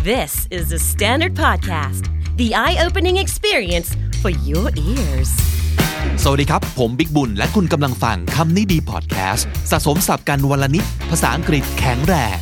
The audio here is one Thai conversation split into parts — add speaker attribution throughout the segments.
Speaker 1: This is the Standard Podcast, the eye-opening experience for your ears.
Speaker 2: สวัสดีครับผมบิ๊กบุญและคุณกำลังฟังคำนี้ดีพอดแคสต์สะสมศัพท์กันวลนิดภาษาอังกฤษแข็งแรง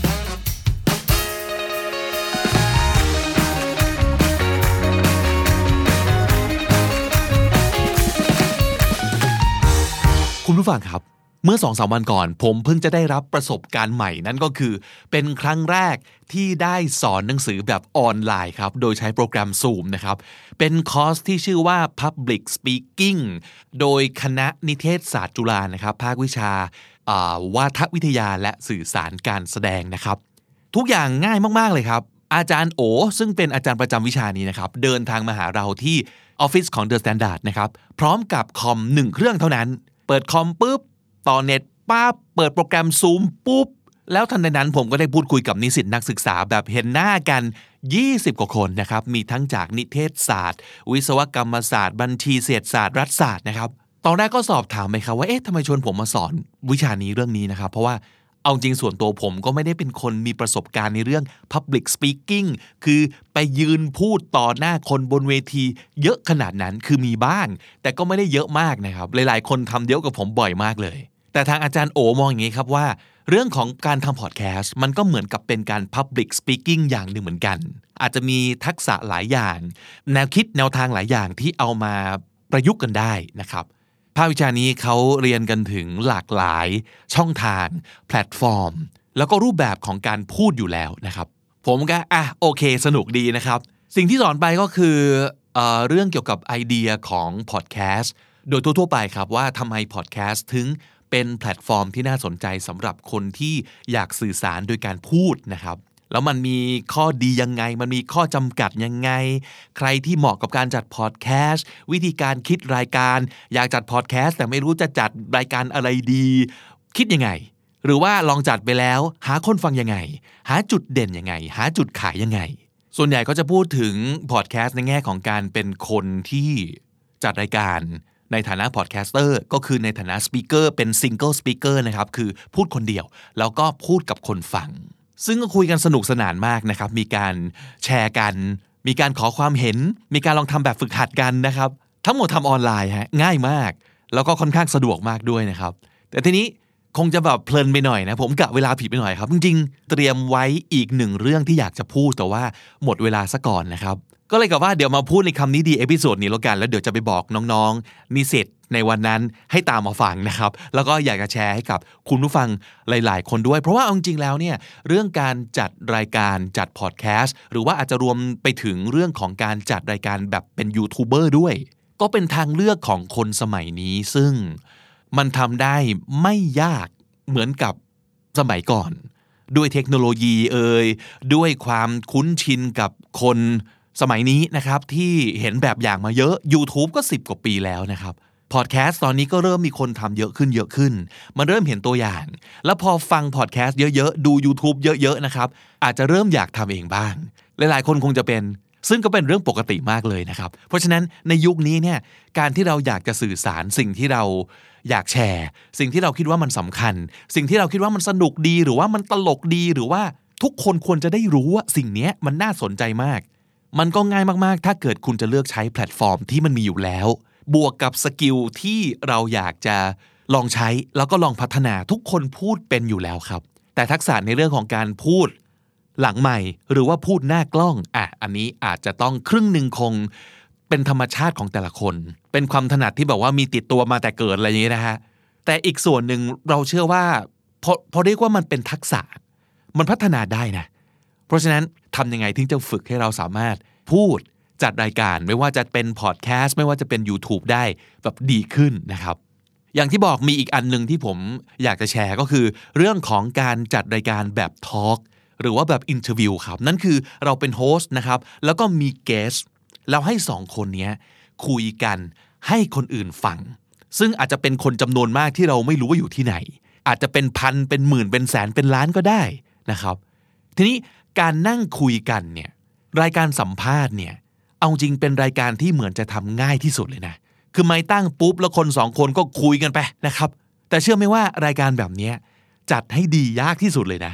Speaker 2: คุณผู้ฟังครับเมื่อ 2-3 วันก่อนผมเพิ่งจะได้รับประสบการณ์ใหม่นั่นก็คือเป็นครั้งแรกที่ได้สอนหนังสือแบบออนไลน์ครับโดยใช้โปรแกรม Zoom นะครับเป็นคอร์สที่ชื่อว่า Public Speaking โดยคณะนิเทศศาสตร์จุฬานะครับภาควิชาวาทวิทยาและสื่อสารการแสดงนะครับทุกอย่างง่ายมากๆเลยครับอาจารย์โอซึ่งเป็นอาจารย์ประจำวิชานี้นะครับเดินทางมาหาเราที่ออฟฟิศของ The Standard นะครับพร้อมกับคอม1เครื่องเท่านั้นเปิดคอมปุ๊บต่อเน็ตปั๊บเปิดโปรแกรม Zoom ปุ๊บแล้วทันใดนั้นผมก็ได้พูดคุยกับนิสิตนักศึกษาแบบเห็นหน้ากัน20กว่าคนนะครับมีทั้งจากนิเทศศาสตร์วิศวกรรมศาสตร์บัญชีเศรษฐศาสตร์รัฐศาสตร์นะครับตอนแรกก็สอบถามไปครับว่าทำไมชวนผมมาสอนวิชานี้เรื่องนี้นะครับเพราะว่าเอาจริงส่วนตัวผมก็ไม่ได้เป็นคนมีประสบการณ์ในเรื่อง Public Speaking คือไปยืนพูดต่อหน้าคนบนเวทีเยอะขนาดนั้นคือมีบ้างแต่ก็ไม่ได้เยอะมากนะครับหลายๆคนทำเยอะกับผมบ่อยมากเลยแต่ทางอาจารย์โอมองอย่างนี้ครับว่าเรื่องของการทำพอดแคสต์มันก็เหมือนกับเป็นการ Public Speaking อย่างหนึ่งเหมือนกันอาจจะมีทักษะหลายอย่างแนวคิดแนวทางหลายอย่างที่เอามาประยุกต์กันได้นะครับภาควิชานี้เขาเรียนกันถึงหลากหลายช่องทางแพลตฟอร์มแล้วก็รูปแบบของการพูดอยู่แล้วนะครับผมก็โอเคสนุกดีนะครับสิ่งที่สอนไปก็คือเรื่องเกี่ยวกับไอเดียของพอดแคสต์โดยทั่วๆไปครับว่าทำไมพอดแคสต์ถึงเป็นแพลตฟอร์มที่น่าสนใจสำหรับคนที่อยากสื่อสารโดยการพูดนะครับแล้วมันมีข้อดียังไงมันมีข้อจำกัดยังไงใครที่เหมาะกับการจัดพอดแคสต์วิธีการคิดรายการอยากจัดพอดแคสต์แต่ไม่รู้จะจัดรายการอะไรดีคิดยังไงหรือว่าลองจัดไปแล้วหาคนฟังยังไงหาจุดเด่นยังไงหาจุดขายยังไงส่วนใหญ่ก็จะพูดถึงพอดแคสต์ในแง่ของการเป็นคนที่จัดรายการในฐานะพอดแคสเตอร์ก็คือในฐานะสปีกเกอร์เป็นซิงเกิลสปีกเกอร์นะครับคือพูดคนเดียวแล้วก็พูดกับคนฟังซึ่งก็คุยกันสนุกสนานมากนะครับมีการแชร์กันมีการขอความเห็นมีการลองทำแบบฝึกหัดกันนะครับทั้งหมดทำออนไลน์ง่ายมากแล้วก็ค่อนข้างสะดวกมากด้วยนะครับแต่ทีนี้คงจะแบบเพลินไปหน่อยนะผมกะเวลาผิดไปหน่อยครับจริงๆเตรียมไว้อีกหนึ่งเรื่องที่อยากจะพูดแต่ว่าหมดเวลาซะก่อนนะครับก็เลยกับว่าเดี๋ยวมาพูดในคำนี้ดีเอพิโซดนี้แล้วกันแล้วเดี๋ยวจะไปบอกน้องๆนิสิตในวันนั้นให้ตามมาฟังนะครับแล้วก็อยากจะแชร์ให้กับคุณผู้ฟังหลายๆคนด้วยเพราะว่าเอาจริงๆแล้วเนี่ยเรื่องการจัดรายการจัดพอดแคสต์หรือว่าอาจจะรวมไปถึงเรื่องของการจัดรายการแบบเป็นยูทูบเบอร์ด้วยก็เป็นทางเลือกของคนสมัยนี้ซึ่งมันทำได้ไม่ยากเหมือนกับสมัยก่อนด้วยเทคโนโลยีด้วยความคุ้นชินกับคนสมัยนี้นะครับที่เห็นแบบอย่างมาเยอะ YouTube ก็10กว่าปีแล้วนะครับพอดแคสต์ตอนนี้ก็เริ่มมีคนทำเยอะขึ้นมันเริ่มเห็นตัวอย่างแล้วพอฟังพอดแคสต์เยอะๆดู YouTube เยอะๆนะครับอาจจะเริ่มอยากทำเองบ้างหลายๆคนคงจะเป็นซึ่งก็เป็นเรื่องปกติมากเลยนะครับเพราะฉะนั้นในยุคนี้เนี่ยการที่เราอยากจะสื่อสารสิ่งที่เราอยากแชร์สิ่งที่เราคิดว่ามันสำคัญสิ่งที่เราคิดว่ามันสนุกดีหรือว่ามันตลกดีหรือว่าทุกคนควรจะได้รู้ว่าสิ่งนี้มันน่าสนใจมากมันก็ง่ายมากๆถ้าเกิดคุณจะเลือกใช้แพลตฟอร์มที่มันมีอยู่แล้วบวกกับสกิลที่เราอยากจะลองใช้แล้วก็ลองพัฒนาทุกคนพูดเป็นอยู่แล้วครับแต่ทักษะในเรื่องของการพูดหลังไมค์หรือว่าพูดหน้ากล้องอันนี้อาจจะต้องครึ่งนึงคงเป็นธรรมชาติของแต่ละคนเป็นความถนัดที่แบบว่ามีติดตัวมาแต่เกิดอะไรอย่างนี้นะฮะแต่อีกส่วนหนึ่งเราเชื่อว่าพอเรียกว่ามันเป็นทักษะมันพัฒนาได้นะเพราะฉะนั้นทำยังไงถึงจะฝึกให้เราสามารถพูดจัดรายการไม่ว่าจะเป็นพอดแคสต์ไม่ว่าจะเป็น YouTube ได้แบบดีขึ้นนะครับอย่างที่บอกมีอีกอันนึงที่ผมอยากจะแชร์ก็คือเรื่องของการจัดรายการแบบทอล์กหรือว่าแบบอินเทอร์วิวครับนั่นคือเราเป็นโฮสต์นะครับแล้วก็มีเกสต์แล้วให้2คนนี้คุยกันให้คนอื่นฟังซึ่งอาจจะเป็นคนจำนวนมากที่เราไม่รู้ว่าอยู่ที่ไหนอาจจะเป็นพันเป็นหมื่นเป็นแสนเป็นล้านก็ได้นะครับทีนี้การนั่งคุยกันเนี่ยรายการสัมภาษณ์เนี่ยเอาจริงเป็นรายการที่เหมือนจะทำง่ายที่สุดเลยนะคือไมค์ตั้งปุ๊บแล้วคน2คนก็คุยกันไปนะครับแต่เชื่อไหมว่ารายการแบบนี้จัดให้ดียากที่สุดเลยนะ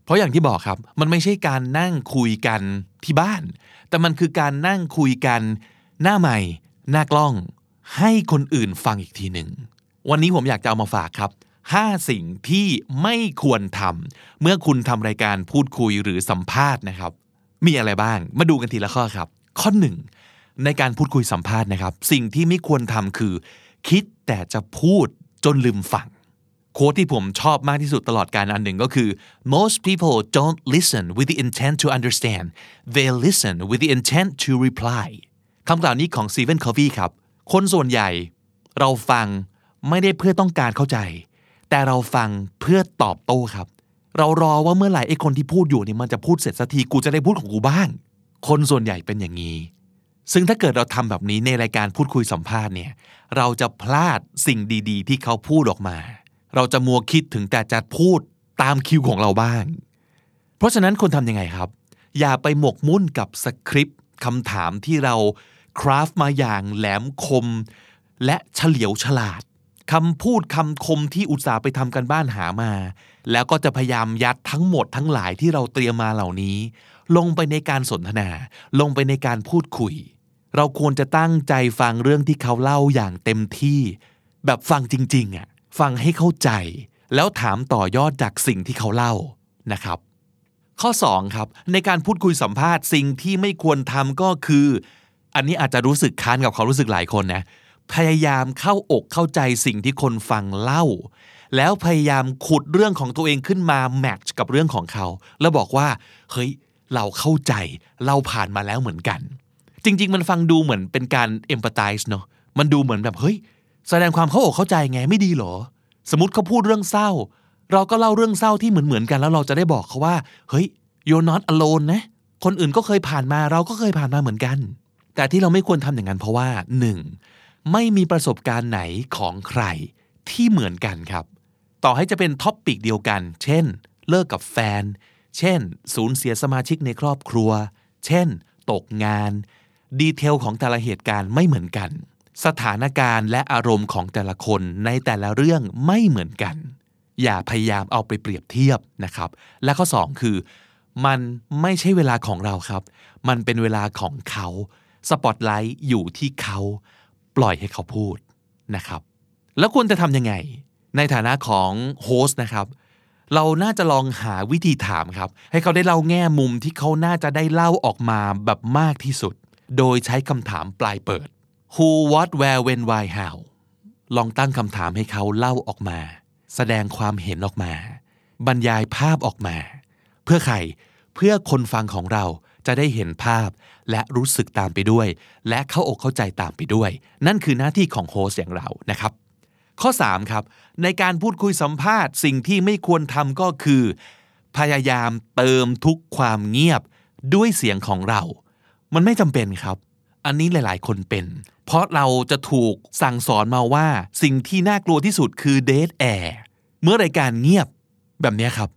Speaker 2: เพราะอย่างที่บอกครับมันไม่ใช่การนั่งคุยกันที่บ้านแต่มันคือการนั่งคุยกันหน้าไมค์หน้ากล้องให้คนอื่นฟังอีกทีหนึ่งวันนี้ผมอยากจะเอามาฝากครับ5สิ่งที่ไม่ควรทำเมื่อคุณทำรายการพูดคุยหรือสัมภาษณ์นะครับมีอะไรบ้างมาดูกันทีละข้อครับข้อ1ในการพูดคุยสัมภาษณ์นะครับสิ่งที่ไม่ควรทำคือคิดแต่จะพูดจนลืมฟังโค้ดที่ผมชอบมากที่สุดตลอดการอันหนึ่งก็คือ most people don't listen with the intent to understand they listen with the intent to reply คำกล่าวนี้ของ Stephen Covey ครับคนส่วนใหญ่เราฟังไม่ได้เพื่อต้องการเข้าใจแต่เราฟังเพื่อตอบโต้ครับเรารอว่าเมื่อไหร่ไอ้คนที่พูดอยู่เนี่ยมันจะพูดเสร็จสักทีกูจะได้พูดของกูบ้างคนส่วนใหญ่เป็นอย่างนี้ซึ่งถ้าเกิดเราทำแบบนี้ในรายการพูดคุยสัมภาษณ์เนี่ยเราจะพลาดสิ่งดีๆที่เขาพูดออกมาเราจะมัวคิดถึงแต่จะพูดตามคิวของเราบ้างเพราะฉะนั้นคนทำยังไงครับอย่าไปหมกมุ่นกับสคริปต์คำถามที่เราคราฟมาอย่างแหลมคมและเฉลียวฉลาดคำพูดคำคมที่อุตส่าห์ไปทำกันบ้านหามาแล้วก็จะพยายามยัดทั้งหมดทั้งหลายที่เราเตรียมมาเหล่านี้ลงไปในการสนทนาลงไปในการพูดคุยเราควรจะตั้งใจฟังเรื่องที่เขาเล่าอย่างเต็มที่แบบฟังจริงๆฟังให้เข้าใจแล้วถามต่อยอดจากสิ่งที่เขาเล่านะครับข้อ2ครับในการพูดคุยสัมภาษณ์สิ่งที่ไม่ควรทำก็คืออันนี้อาจจะรู้สึกค้านกับความรู้สึกหลายคนนะพยายามเข้าอกเข้าใจสิ่งที่คนฟังเล่าแล้วพยายามขุดเรื่องของตัวเองขึ้นมาแมทช์กับเรื่องของเขาแล้วบอกว่าเฮ้ยเราเข้าใจเราผ่านมาแล้วเหมือนกันจริงๆมันฟังดูเหมือนเป็นการ empathize เนาะมันดูเหมือนแบบเฮ้ยแสดงความเข้าอกเข้าใจไงไม่ดีหรอสมมติเขาพูดเรื่องเศร้าเราก็เล่าเรื่องเศร้าที่เหมือนกันแล้วเราจะได้บอกเขาว่าเฮ้ย you're not alone นะคนอื่นก็เคยผ่านมาเราก็เคยผ่านมาเหมือนกันแต่ที่เราไม่ควรทำอย่างนั้นเพราะว่า1ไม่มีประสบการณ์ไหนของใครที่เหมือนกันครับต่อให้จะเป็นท็อปปิกเดียวกันเช่นเลิกกับแฟนเช่นสูญเสียสมาชิกในครอบครัวเช่นตกงานดีเทลของแต่ละเหตุการณ์ไม่เหมือนกันสถานการณ์และอารมณ์ของแต่ละคนในแต่ละเรื่องไม่เหมือนกันอย่าพยายามเอาไปเปรียบเทียบนะครับและข้อ2คือมันไม่ใช่เวลาของเราครับมันเป็นเวลาของเขาสปอตไลท์อยู่ที่เขาปล่อยให้เขาพูดนะครับแล้วควรจะทำยังไงในฐานะของโฮสต์นะครับเราน่าจะลองหาวิธีถามครับให้เขาได้เล่าแง่มุมที่เขาน่าจะได้เล่าออกมาแบบมากที่สุดโดยใช้คำถามปลายเปิด Who what where when why how ลองตั้งคำถามให้เขาเล่าออกมาแสดงความเห็นออกมาบรรยายภาพออกมาเพื่อใครเพื่อคนฟังของเราจะได้เห็นภาพและรู้สึกตามไปด้วยและเข้าอกเข้าใจตามไปด้วยนั่นคือหน้าที่ของโฮสต์อย่างเรานะครับข้อ3ครับในการพูดคุยสัมภาษณ์สิ่งที่ไม่ควรทำก็คือพยายามเติมทุกความเงียบด้วยเสียงของเรามันไม่จำเป็นครับอันนี้หลายๆคนเป็นเพราะเราจะถูกสั่งสอนมาว่าสิ่งที่น่ากลัวที่สุดคือ dead air เมื่อรายการเงียบแบบนี้ครับ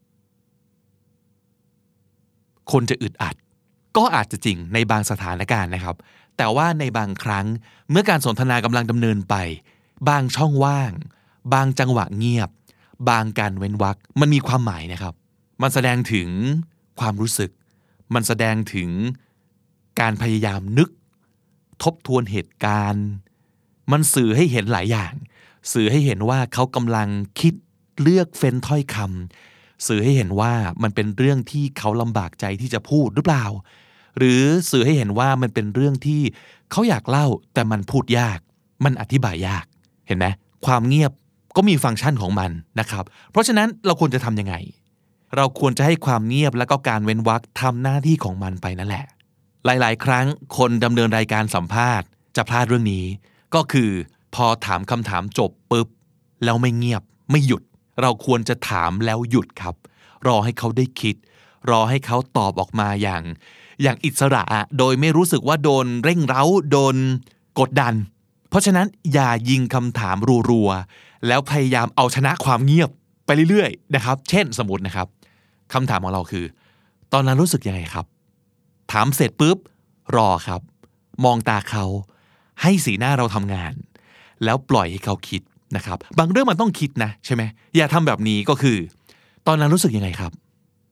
Speaker 2: คนจะอึดอัดก็อาจจะจริงในบางสถานการณ์นะครับแต่ว่าในบางครั้งเมื่อการสนทนากำลังดำเนินไปบางช่องว่างบางจังหวะเงียบบางการเว้นวรรคมันมีความหมายนะครับมันแสดงถึงความรู้สึกมันแสดงถึงการพยายามนึกทบทวนเหตุการณ์มันสื่อให้เห็นหลายอย่างสื่อให้เห็นว่าเขากำลังคิดเลือกเฟ้นถ้อยคำสื่อให้เห็นว่ามันเป็นเรื่องที่เขาลำบากใจที่จะพูดหรือเปล่าหรือสื่อให้เห็นว่ามันเป็นเรื่องที่เขาอยากเล่าแต่มันพูดยากมันอธิบายยากเห็นไหมความเงียบก็มีฟังก์ชันของมันนะครับเพราะฉะนั้นเราควรจะทำยังไงเราควรจะให้ความเงียบและก็การเว้นวรรคทำหน้าที่ของมันไปนั่นแหละหลายๆครั้งคนดำเนินรายการสัมภาษณ์จะพลาดเรื่องนี้ก็คือพอถามคำถามจบปุ๊บแล้วไม่เงียบไม่หยุดเราควรจะถามแล้วหยุดครับรอให้เขาได้คิดรอให้เขาตอบออกมาอย่างอิสระโดยไม่รู้สึกว่าโดนเร่งเร้าโดนกดดันเพราะฉะนั้นอย่ายิงคำถามรัวๆแล้วพยายามเอาชนะความเงียบไปเรื่อยๆนะครับเช่นสมมุตินะครับคำถามของเราคือตอนนั้นรู้สึกยังไงครับถามเสร็จปุ๊บรอครับมองตาเขาให้สีหน้าเราทำงานแล้วปล่อยให้เขาคิดนะครับบางเรื่องมันต้องคิดนะใช่ไหมอย่าทำแบบนี้ก็คือตอนนั้นรู้สึกยังไงครับ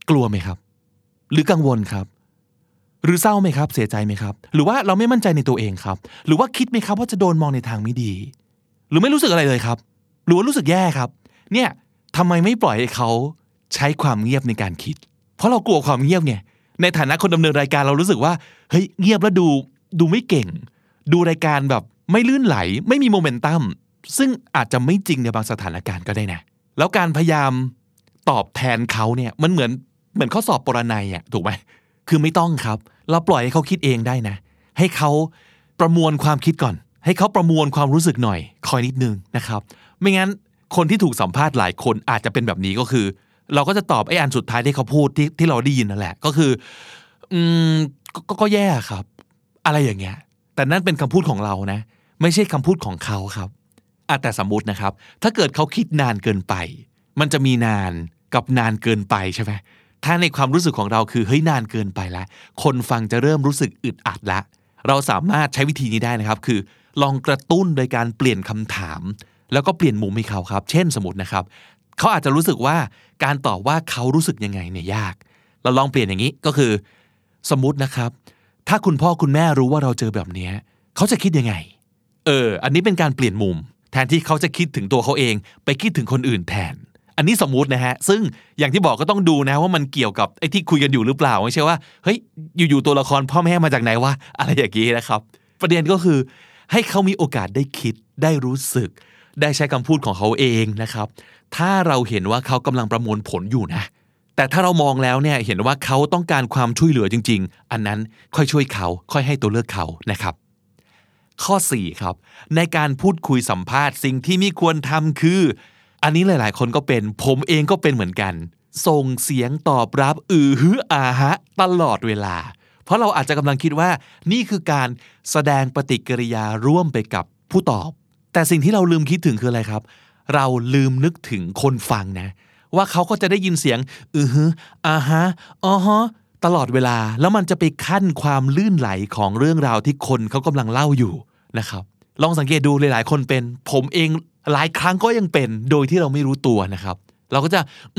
Speaker 2: กลัวไหมครับหรือกังวลครับหรือเศร้าไหมครับเสียใจไหมครับหรือว่าเราไม่มั่นใจในตัวเองครับหรือว่าคิดไหมครับว่าจะโดนมองในทางไม่ดีหรือไม่รู้สึกอะไรเลยครับหรือว่ารู้สึกแย่ครับเนี่ยทำไมไม่ปล่อยให้เขาใช้ความเงียบในการคิดเพราะเรากลัวความเงียบไงในฐานะคนดำเนินรายการเรารู้สึกว่าเฮ้ยเงียบแล้วดูไม่เก่งดูรายการแบบไม่ลื่นไหลไม่มีโมเมนตัมซึ่งอาจจะไม่จริงในบางสถานการณ์ก็ได้นะแล้วการพยายามตอบแทนเขาเนี่ยมันเหมือนข้อสอบปรนัยอ่ะถูกไหมคือไม่ต้องครับเราปล่อยให้เขาคิดเองได้นะให้เขาประมวลความคิดก่อนให้เขาประมวลความรู้สึกหน่อยคอยนิดนึงนะครับไม่งั้นคนที่ถูกสัมภาษณ์หลายคนอาจจะเป็นแบบนี้ก็คือเราก็จะตอบไอ้อันสุดท้ายที่เขาพูดที่เราได้ยินนั่นแหละก็คือก็แย่ครับอะไรอย่างเงี้ยแต่นั่นเป็นคำพูดของเรานะไม่ใช่คำพูดของเขาครับแต่สมมุตินะครับถ้าเกิดเขาคิดนานเกินไปมันจะมีนานกับนานเกินไปใช่ไหมถ้าในความรู้สึกของเราคือเฮ้ยนานเกินไปแล้วคนฟังจะเริ่มรู้สึกอึดอัดละเราสามารถใช้วิธีนี้ได้นะครับคือลองกระตุ้นโดยการเปลี่ยนคำถามแล้วก็เปลี่ยนมุมให้เขาครับเช่นสมมตินะครับเขาอาจจะรู้สึกว่าการตอบว่าเขารู้สึกยังไงเนี่ยยากเราลองเปลี่ยนอย่างนี้ก็คือสมมตินะครับถ้าคุณพ่อคุณแม่รู้ว่าเราเจอแบบนี้เขาจะคิดยังไงอันนี้เป็นการเปลี่ยนมุมแทนที่เขาจะคิดถึงตัวเขาเองไปคิดถึงคนอื่นแทนอันนี้สมมุตินะฮะซึ่งอย่างที่บอกก็ต้องดูนะว่ามันเกี่ยวกับไอ้ที่คุยกันอยู่หรือเปล่าไม่ใช่ว่าเฮ้ยอยู่ๆตัวละครพ่อแม่มาจากไหนวะอะไรอย่างนี้นะครับประเด็นก็คือให้เขามีโอกาสได้คิดได้รู้สึกได้ใช้คำพูดของเขาเองนะครับถ้าเราเห็นว่าเขากำลังประมวลผลอยู่นะแต่ถ้าเรามองแล้วเนี่ยเห็นว่าเขาต้องการความช่วยเหลือจริงๆอันนั้นค่อยช่วยเขาค่อยให้ตัวเลือกเขานะครับข้อ4ครับในการพูดคุยสัมภาษณ์สิ่งที่ไม่ควรทำคืออันนี้หลายๆคนก็เป็นผมเองก็เป็นเหมือนกันส่งเสียงตอบรับฮึอาฮะตลอดเวลาเพราะเราอาจจะกำลังคิดว่านี่คือการแสดงปฏิกิริยาร่วมไปกับผู้ตอบแต่สิ่งที่เราลืมคิดถึงคืออะไรครับเราลืมนึกถึงคนฟังนะว่าเขาก็จะได้ยินเสียงฮึอาฮะอ๋อฮะตลอดเวลาแล้วมันจะไปคั่นความลื่นไหลของเรื่องราวที่คนเขากำลังเล่าอยู่นะครับลองสังเกตดูหลายๆคนเป็นผมเองหลายครั้งก็ยังเป็นโดยที่เราไม่รู้ตัวนะครับเราก็จะ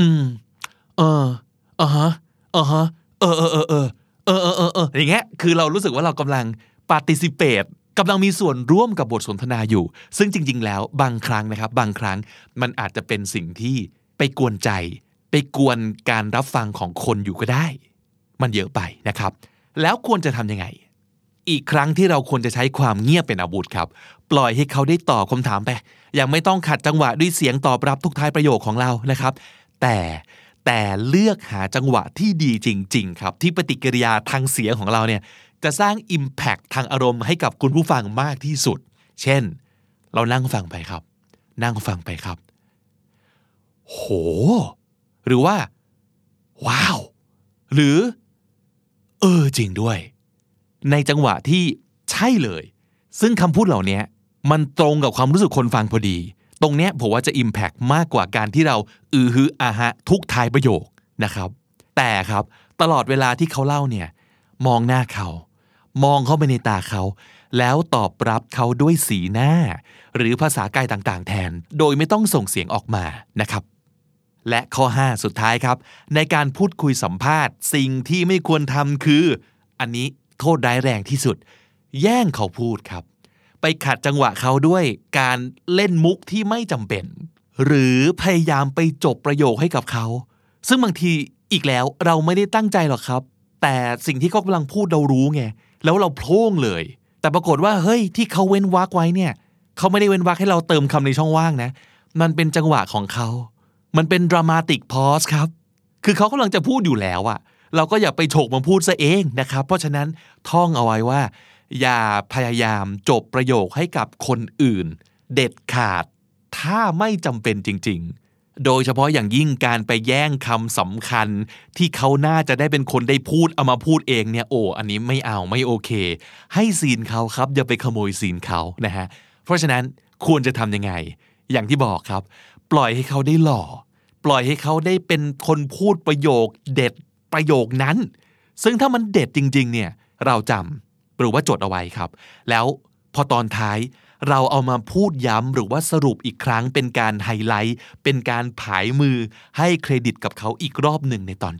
Speaker 2: อย่างเงี้ยคือเรารู้สึกว่าเรากำลัง participate กำลังมีส่วนร่วมกับบทสนทนาอยู่ซึ่งจริงๆแล้วบางครั้งนะครับบางครั้งมันอาจจะเป็นสิ่งที่ไปกวนใจไปกวนการรับฟังของคนอยู่ก็ได้มันเยอะไปนะครับแล้วควรจะทำยังไงอีกครั้งที่เราควรจะใช้ความเงียบเป็นอาวุธครับปล่อยให้เขาได้ตอบคำถามไปยังไม่ต้องขัดจังหวะด้วยเสียงตอบรับทุกท้ายประโยคของเรานะครับแต่เลือกหาจังหวะที่ดีจริงๆครับที่ปฏิกิริยาทางเสียงของเราเนี่ยจะสร้าง impact ทางอารมณ์ให้กับคุณผู้ฟังมากที่สุดเช่นเรานั่งฟังไปครับนั่งฟังไปครับโหหรือว่าว้าวหรือจริงด้วยในจังหวะที่ใช่เลยซึ่งคำพูดเหล่านี้มันตรงกับความรู้สึกคนฟังพอดีตรงเนี้ยผมว่าจะ impact มากกว่าการที่เราฮึอาฮะทุกท้ายประโยคนะครับแต่ครับตลอดเวลาที่เขาเล่าเนี่ยมองหน้าเขามองเข้าไปในตาเขาแล้วตอบรับเขาด้วยสีหน้าหรือภาษากายต่างๆแทนโดยไม่ต้องส่งเสียงออกมานะครับและข้อ5สุดท้ายครับในการพูดคุยสัมภาษณ์สิ่งที่ไม่ควรทำคืออันนี้โทษร้ายแรงที่สุดแย่งเขาพูดครับไปขัดจังหวะเขาด้วยการเล่นมุกที่ไม่จำเป็นหรือพยายามไปจบประโยคให้กับเขาซึ่งบางทีอีกแล้วเราไม่ได้ตั้งใจหรอกครับแต่สิ่งที่เขากำลังพูดเรารู้ไงแล้วเราโพล่งเลยแต่ปรากฏว่าเฮ้ยที่เขาเว้นวรรคไว้เนี่ยเขาไม่ได้เว้นวรรคให้เราเติมคำในช่องว่างนะมันเป็นจังหวะของเขามันเป็น dramatic pause ครับคือเขากำลังจะพูดอยู่แล้วอะเราก็อย่าไปโฉกมาพูดซะเองนะครับเพราะฉะนั้นท่องเอาไว้ว่าอย่าพยายามจบประโยคให้กับคนอื่นเด็ดขาดถ้าไม่จำเป็นจริงๆโดยเฉพาะอย่างยิ่งการไปแย่งคำสำคัญที่เขาน่าจะได้เป็นคนได้พูดเอามาพูดเองเนี่ยอันนี้ไม่เอาไม่โอเคให้ซีนเขาครับอย่าไปขโมยซีนเขานะฮะเพราะฉะนั้นควรจะทำยังไงอย่างที่บอกครับปล่อยให้เขาได้หล่อปล่อยให้เขาได้เป็นคนพูดประโยคเด็ดประโยคนั้นซึ่งถ้ามันเด็ดจริงๆเนี่ยเราจำหรือว่าจดเอาไว้ครับแล้วพอตอนท้ายเราเอามาพูดย้ำหรือว่าสรุปอีกครั้งเป็นการไฮไลท์เป็นการผายมือให้เครดิตกับเขาอีกรอบหนึ่งในตอนจบ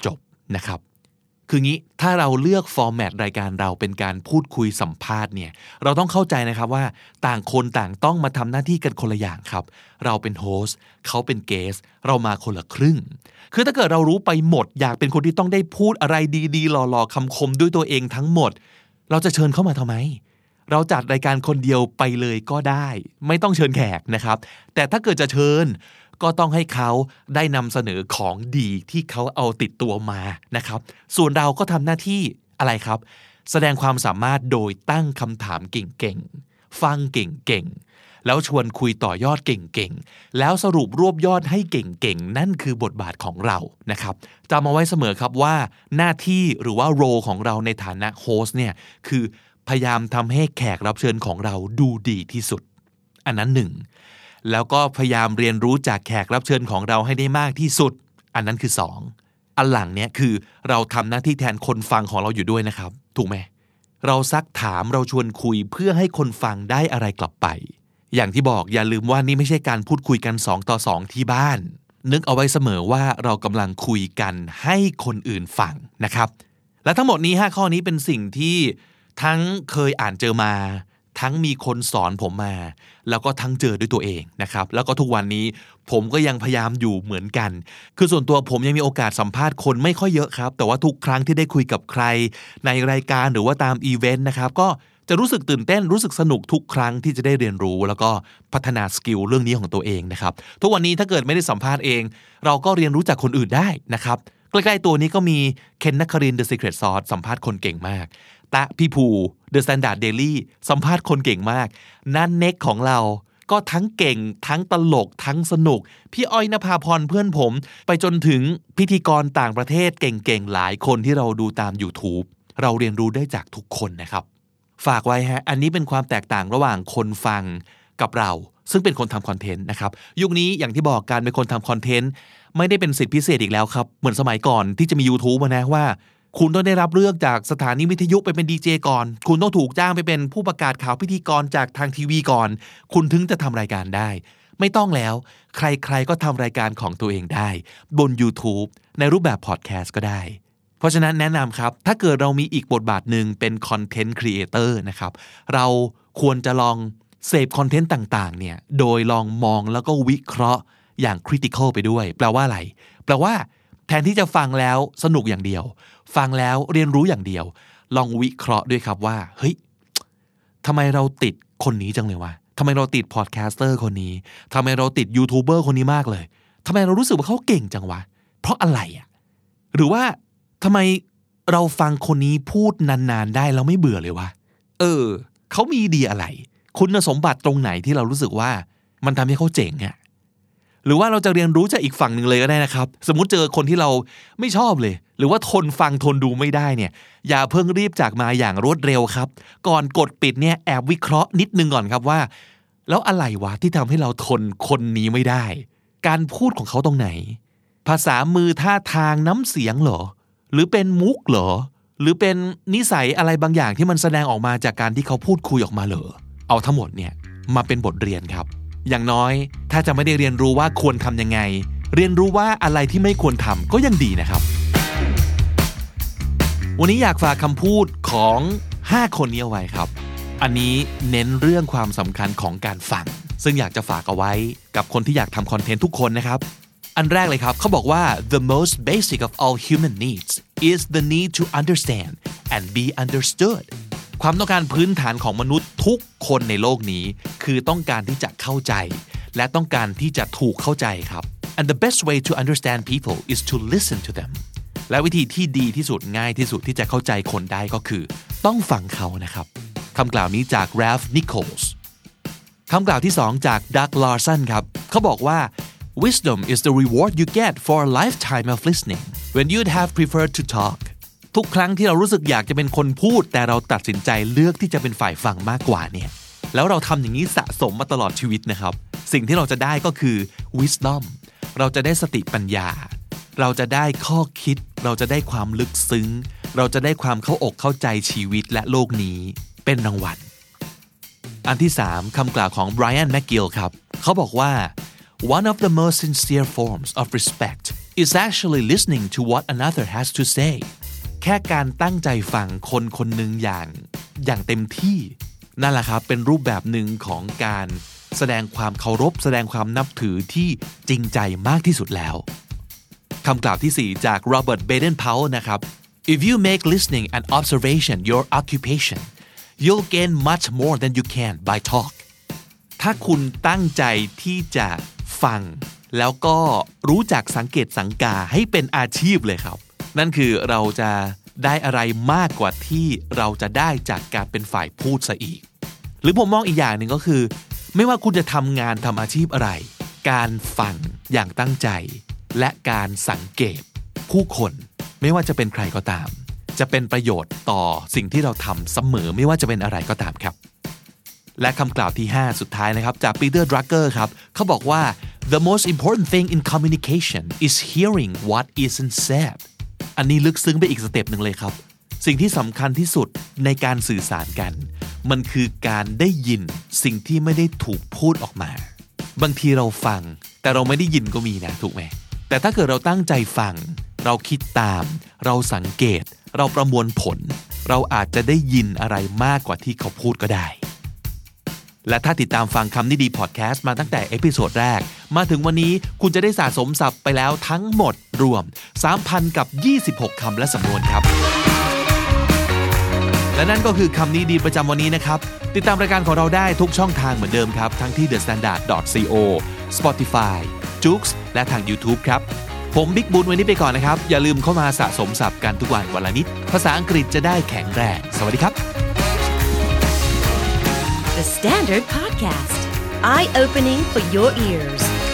Speaker 2: นะครับคืองี้ถ้าเราเลือกฟอร์แมตรายการเราเป็นการพูดคุยสัมภาษณ์เนี่ยเราต้องเข้าใจนะครับว่าต่างคนต่างต้องมาทำหน้าที่กันคนละอย่างครับเราเป็นโฮสต์เขาเป็นเกสต์เรามาคนละครึ่งคือถ้าเกิดเรารู้ไปหมดอยากเป็นคนที่ต้องได้พูดอะไรดีๆหล่อๆคำคมด้วยตัวเองทั้งหมดเราจะเชิญเข้ามาทำไมเราจัดรายการคนเดียวไปเลยก็ได้ไม่ต้องเชิญแขกนะครับแต่ถ้าเกิดจะเชิญก็ต้องให้เขาได้นำเสนอของดีที่เขาเอาติดตัวมานะครับส่วนเราก็ทำหน้าที่อะไรครับแสดงความสามารถโดยตั้งคำถามเก่งๆฟังเก่งๆแล้วชวนคุยต่อยอดเก่งๆแล้วสรุปรวบยอดให้เก่งๆนั่นคือบทบาทของเรานะครับจำเอาไว้เสมอครับว่าหน้าที่หรือว่าโรของเราในฐานะโฮสต์เนี่ยคือพยายามทำให้แขกรับเชิญของเราดูดีที่สุดอันนั้นหนึ่งแล้วก็พยายามเรียนรู้จากแขกรับเชิญของเราให้ได้มากที่สุดอันนั้นคือ2อันหลังเนี่ยคือเราทำหน้าที่แทนคนฟังของเราอยู่ด้วยนะครับถูกไหมเราซักถามเราชวนคุยเพื่อให้คนฟังได้อะไรกลับไปอย่างที่บอกอย่าลืมว่านี่ไม่ใช่การพูดคุยกัน2 ต่อ 2ที่บ้านนึกเอาไว้เสมอว่าเรากำลังคุยกันให้คนอื่นฟังนะครับและทั้งหมดนี้5ข้อนี้เป็นสิ่งที่ทั้งเคยอ่านเจอมาทั้งมีคนสอนผมมาแล้วก็ทั้งเจอด้วยตัวเองนะครับแล้วก็ทุกวันนี้ผมก็ยังพยายามอยู่เหมือนกันคือส่วนตัวผมยังมีโอกาสสัมภาษณ์คนไม่ค่อยเยอะครับแต่ว่าทุกครั้งที่ได้คุยกับใครในรายการหรือว่าตามอีเวนต์นะครับก็จะรู้สึกตื่นเต้นรู้สึกสนุกทุกครั้งที่จะได้เรียนรู้แล้วก็พัฒนาสกิลเรื่องนี้ของตัวเองนะครับทุกวันนี้ถ้าเกิดไม่ได้สัมภาษณ์เองเราก็เรียนรู้จากคนอื่นได้นะครับใกล้ๆตัวนี้ก็มีเคนนักครินทร์ The Secret Sauce สัมภาษณ์คนเก่งมากตะพี่ภู The Standard Daily สัมภาษณ์คนเก่งมากนั่นเน็กของเราก็ทั้งเก่งทั้งตลกทั้งสนุกพี่อ้อยนภาพรเพื่อนผมไปจนถึงพิธีกรต่างประเทศเก่งๆหลายคนที่เราดูตาม YouTube เราเรียนรู้ได้จากทุกคนนะครับฝากไว้ฮะอันนี้เป็นความแตกต่างระหว่างคนฟังกับเราซึ่งเป็นคนทำคอนเทนต์นะครับยุคนี้อย่างที่บอกการเป็นคนทำคอนเทนต์ไม่ได้เป็นสิทธิพิเศษอีกแล้วครับเหมือนสมัยก่อนที่จะมี YouTube นะว่าคุณต้องได้รับเลือกจากสถานีวิทยุไปเป็นดีเจก่อนคุณต้องถูกจ้างไปเป็นผู้ประกาศข่าวพิธีกรจากทางทีวีก่อนคุณถึงจะทำรายการได้ไม่ต้องแล้วใครๆก็ทำรายการของตัวเองได้บน YouTube ในรูปแบบพอดแคสต์ก็ได้เพราะฉะนั้นแนะนำครับถ้าเกิดเรามีอีกบทบาทหนึ่งเป็นคอนเทนต์ครีเอเตอร์นะครับเราควรจะลองเสพคอนเทนต์ต่างๆเนี่ยโดยลองมองแล้วก็วิเคราะห์อย่างคริติคอลไปด้วยแปลว่าอะไรแปลว่าแทนที่จะฟังแล้วสนุกอย่างเดียวฟังแล้วเรียนรู้อย่างเดียวลองวิเคราะห์ด้วยครับว่าเฮ้ยทำไมเราติดคนนี้จังเลยวะทำไมเราติดพอดแคสเตอร์คนนี้ทำไมเราติดยูทูบเบอร์คนนี้มากเลยทำไมเรารู้สึกว่าเขาเก่งจังวะเพราะอะไรอ่ะหรือว่าทำไมเราฟังคนนี้พูดนานๆได้แล้วไม่เบื่อเลยวะเขามีดีอะไรคุณสมบัติตรงไหนที่เรารู้สึกว่ามันทำให้เขาเจ๋งอ่ะหรือว่าเราจะเรียนรู้จากอีกฝั่งหนึ่งเลยก็ได้นะครับสมมุติเจอคนที่เราไม่ชอบเลยหรือว่าทนฟังทนดูไม่ได้เนี่ยอย่าเพิ่งรีบจากมาอย่างรวดเร็วครับก่อนกดปิดเนี่ยแอบวิเคราะห์นิดนึงก่อนครับว่าแล้วอะไรวะที่ทำให้เราทนคนนี้ไม่ได้การพูดของเขาตรงไหนภาษามือท่าทางน้ำเสียงเหรอหรือเป็นมุกเหรอหรือเป็นนิสัยอะไรบางอย่างที่มันแสดงออกมาจากการที่เขาพูดคุยออกมาเหรอเอาทั้งหมดเนี่ยมาเป็นบทเรียนครับอย่างน้อยถ้าจะไม่ได้เรียนรู้ว่าควรทำยังไงเรียนรู้ว่าอะไรที่ไม่ควรทำก็ยังดีนะครับวันนี้อยากฝากคำพูดของ5คนนี้เอาไว้ครับอันนี้เน้นเรื่องความสำคัญของการฟังซึ่งอยากจะฝากเอาไว้กับคนที่อยากทำคอนเทนต์ทุกคนนะครับอันแรกเลยครับเขาบอกว่า the most basic of all human needs is the need to understand and be understoodความต้องการพื้นฐานของมนุษย์ทุกคนในโลกนี้คือต้องการที่จะเข้าใจและต้องการที่จะถูกเข้าใจครับ and the best way to understand people is to listen to them และวิธีที่ดีที่สุดง่ายที่สุดที่จะเข้าใจคนได้ก็คือต้องฟังเขานะครับคำกล่าวนี้จาก Ralph Nichols คำกล่าวที่2จาก Doug Larson ครับเขาบอกว่า wisdom is the reward you get for a lifetime of listening when you'd have preferred to talkทุกครั้งที่เรารู้สึกอยากจะเป็นคนพูดแต่เราตัดสินใจเลือกที่จะเป็นฝ่ายฟังมากกว่าเนี่ยแล้วเราทำอย่างนี้สะสมมาตลอดชีวิตนะครับสิ่งที่เราจะได้ก็คือ wisdom เราจะได้สติปัญญาเราจะได้ข้อคิดเราจะได้ความลึกซึ้งเราจะได้ความเข้าอกเข้าใจชีวิตและโลกนี้เป็นรางวัลอันที่3คำกล่าวของ Brian McGill ครับเขาบอกว่า one of the most sincere forms of respect is actually listening to what another has to say แค่การตั้งใจฟังคนคนหนึ่งอย่างเต็มที่นั่นแหละครับเป็นรูปแบบหนึ่งของการแสดงความเคารพแสดงความนับถือที่จริงใจมากที่สุดแล้วคำกล่าวที่4จาก Robert Baden-Powell นะครับ If you make listening and observation your occupation you'll gain much more than you can by talk ถ้าคุณตั้งใจที่จะฟังแล้วก็รู้จักสังเกตสังกาให้เป็นอาชีพเลยครับนั่นคือเราจะได้อะไรมากกว่าที่เราจะได้จากการเป็นฝ่ายพูดซะอีกหรือผมมองอีกอย่างหนึ่งก็คือไม่ว่าคุณจะทำงานทำอาชีพอะไรการฟังอย่างตั้งใจและการสังเกตผู้คนไม่ว่าจะเป็นใครก็ตามจะเป็นประโยชน์ต่อสิ่งที่เราทำเสมอไม่ว่าจะเป็นอะไรก็ตามครับและคำกล่าวที่5สุดท้ายนะครับจากปีเตอร์ดรักเกอร์ครับเขาบอกว่า The most important thing in communication is hearing what isn't said อันนี้ลึกซึ้งไปอีกสเต็ปหนึ่งเลยครับสิ่งที่สำคัญที่สุดในการสื่อสารกันมันคือการได้ยินสิ่งที่ไม่ได้ถูกพูดออกมาบางทีเราฟังแต่เราไม่ได้ยินก็มีนะถูกไหมแต่ถ้าเกิดเราตั้งใจฟังเราคิดตามเราสังเกตเราประมวลผลเราอาจจะได้ยินอะไรมากกว่าที่เขาพูดก็ได้และถ้าติดตามฟังคำนี้ดีพอดแคสต์มาตั้งแต่เอพิโซดแรกมาถึงวันนี้คุณจะได้สะสมศัพท์ไปแล้วทั้งหมดรวม 3,026 คำและสำนวนครับและนั่นก็คือคำนี้ดีประจำวันนี้นะครับติดตามรายการของเราได้ทุกช่องทางเหมือนเดิมครับทั้งที่ thestandard.co Spotify Joox และทาง YouTube ครับผมบิ๊กบุญวันนี้ไปก่อนนะครับอย่าลืมเข้ามาสะสมศัพท์กันทุกวันวันละนิดภาษาอังกฤษจะได้แข็งแรงสวัสดีครับ
Speaker 1: The Standard Podcast Eye Opening for Your Ears